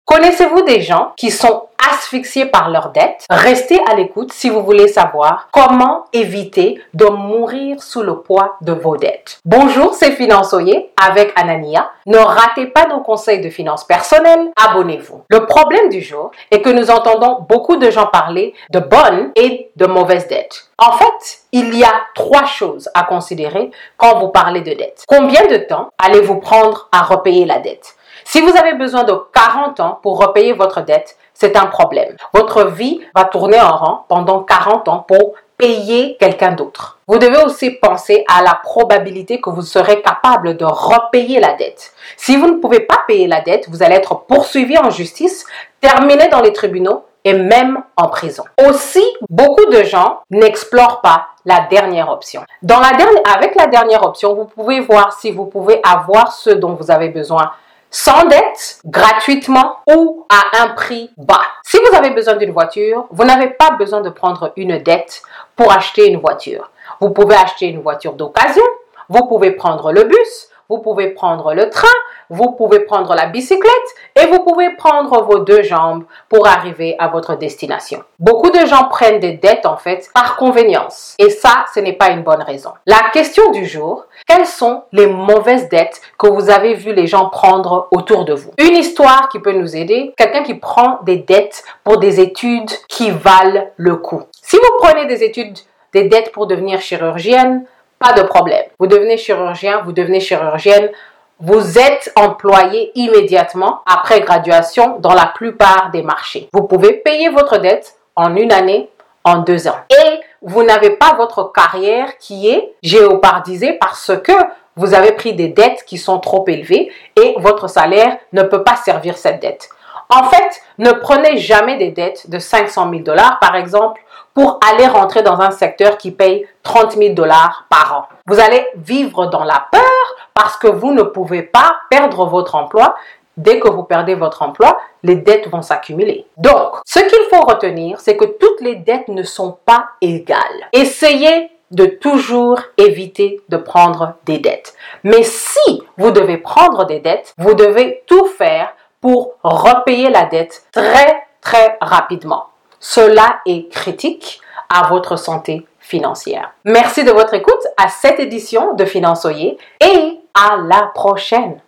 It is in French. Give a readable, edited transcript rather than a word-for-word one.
Connaissez-vous des gens qui sont asphyxiés par leurs dettes? Restez à l'écoute si vous voulez savoir comment éviter de mourir sous le poids de vos dettes. Bonjour, c'est Finançoyer avec Anania. Ne ratez pas nos conseils de finances personnelles, abonnez-vous. Le problème du jour est que nous entendons beaucoup de gens parler de bonnes et de mauvaises dettes. En fait, il y a 3 choses à considérer quand vous parlez de dette. Combien de temps allez-vous prendre à repayer la dette? Si vous avez besoin de 40 ans pour repayer votre dette, c'est un problème. Votre vie va tourner en rond pendant 40 ans pour payer quelqu'un d'autre. Vous devez aussi penser à la probabilité que vous serez capable de repayer la dette. Si vous ne pouvez pas payer la dette, vous allez être poursuivi en justice, terminé dans les tribunaux et même en prison. Aussi, beaucoup de gens n'explorent pas la dernière option. Avec la dernière option, vous pouvez voir si vous pouvez avoir ce dont vous avez besoin sans dette, gratuitement ou à un prix bas. Si vous avez besoin d'une voiture, vous n'avez pas besoin de prendre une dette pour acheter une voiture. Vous pouvez acheter une voiture d'occasion, vous pouvez prendre le bus, vous pouvez prendre le train, vous pouvez prendre la bicyclette et vous pouvez prendre vos 2 jambes pour arriver à votre destination. Beaucoup de gens prennent des dettes en fait par convenience et ça, ce n'est pas une bonne raison. La question du jour, quelles sont les mauvaises dettes que vous avez vu les gens prendre autour de vous? Une histoire qui peut nous aider, quelqu'un qui prend des dettes pour des études qui valent le coup. Si vous prenez des dettes pour devenir chirurgienne, pas de problème. Vous devenez chirurgien, vous devenez chirurgienne, vous êtes employé immédiatement après graduation dans la plupart des marchés. Vous pouvez payer votre dette en 1 année, en 2 ans. Et vous n'avez pas votre carrière qui est géopardisée parce que vous avez pris des dettes qui sont trop élevées et votre salaire ne peut pas servir cette dette. En fait, ne prenez jamais des dettes de 500 000 $, par exemple, pour aller rentrer dans un secteur qui paye 30 000 $ par an. Vous allez vivre dans la peur parce que vous ne pouvez pas perdre votre emploi. Dès que vous perdez votre emploi, les dettes vont s'accumuler. Donc, ce qu'il faut retenir, c'est que toutes les dettes ne sont pas égales. Essayez de toujours éviter de prendre des dettes. Mais si vous devez prendre des dettes, vous devez tout faire pour repayer la dette très rapidement. Cela est critique à votre santé financière. Merci de votre écoute à cette édition de Finançoyer et à la prochaine.